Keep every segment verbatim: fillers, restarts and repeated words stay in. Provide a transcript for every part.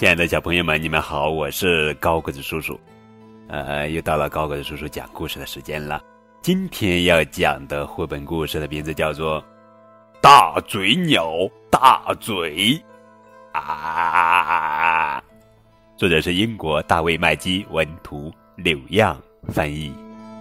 亲爱的小朋友们，你们好，我是高个子叔叔。呃，又到了高个子叔叔讲故事的时间了。今天要讲的绘本故事的名字叫做《大嘴鸟大嘴》啊！作者是英国大卫麦基文图，柳样翻译。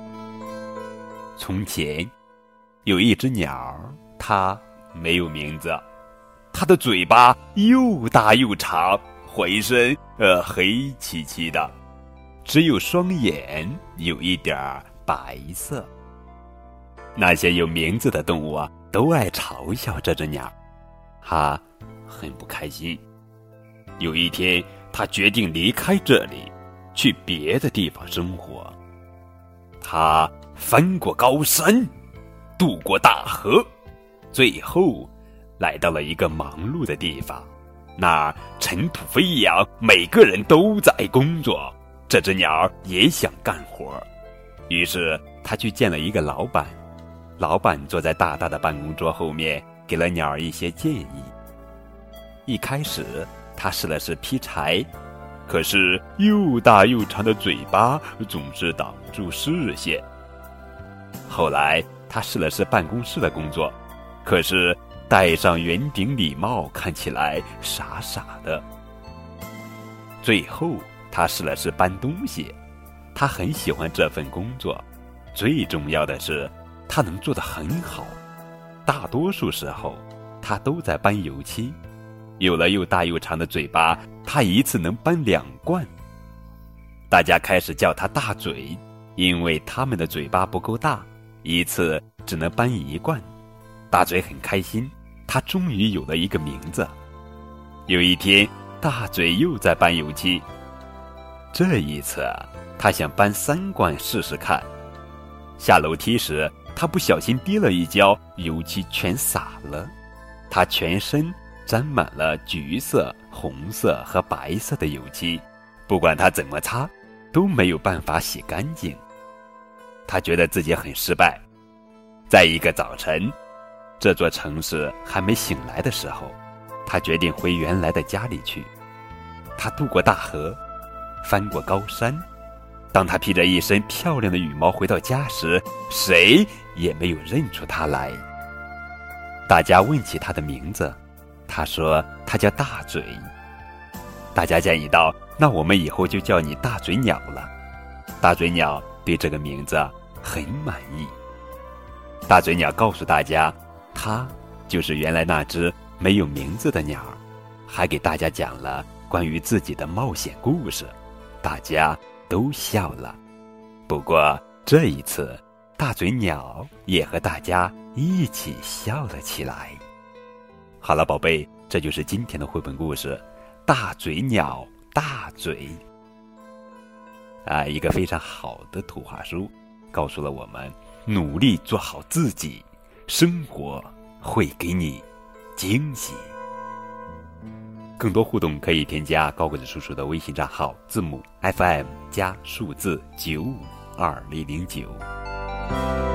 从前有一只鸟，它没有名字，它的嘴巴又大又长，浑身呃黑漆漆的，只有双眼有一点白色。那些有名字的动物啊，都爱嘲笑这只鸟，它很不开心。有一天，它决定离开这里，去别的地方生活。它翻过高山，渡过大河，最后来到了一个忙碌的地方，那儿尘土飞扬，每个人都在工作。这只鸟也想干活，于是他去见了一个老板。老板坐在大大的办公桌后面，给了鸟儿一些建议。一开始他试了试劈柴，可是又大又长的嘴巴总是挡住视线。后来他试了试办公室的工作，可是戴上圆顶礼帽看起来傻傻的。最后他试了试搬东西，他很喜欢这份工作，最重要的是他能做得很好。大多数时候他都在搬油漆，有了又大又长的嘴巴，他一次能搬两罐。大家开始叫他大嘴，因为他们的嘴巴不够大，一次只能搬一罐。大嘴很开心，他终于有了一个名字。有一天，大嘴又在搬油漆，这一次他想搬三罐试试看。下楼梯时，他不小心跌了一跤，油漆全洒了，他全身沾满了橘色、红色和白色的油漆，不管他怎么擦，都没有办法洗干净。他觉得自己很失败。在一个早晨，这座城市还没醒来的时候，他决定回原来的家里去。他渡过大河，翻过高山。当他披着一身漂亮的羽毛回到家时，谁也没有认出他来。大家问起他的名字，他说他叫大嘴。大家建议道，那我们以后就叫你大嘴鸟了。大嘴鸟对这个名字很满意。大嘴鸟告诉大家，他就是原来那只没有名字的鸟，还给大家讲了关于自己的冒险故事，大家都笑了。不过这一次，大嘴鸟也和大家一起笑了起来。好了，宝贝，这就是今天的绘本故事《大嘴鸟大嘴》啊，一个非常好的图画书，告诉了我们努力做好自己，生活会给你惊喜。更多互动可以添加高个子叔叔的微信账号，字母 F M 加数字九五二零零九。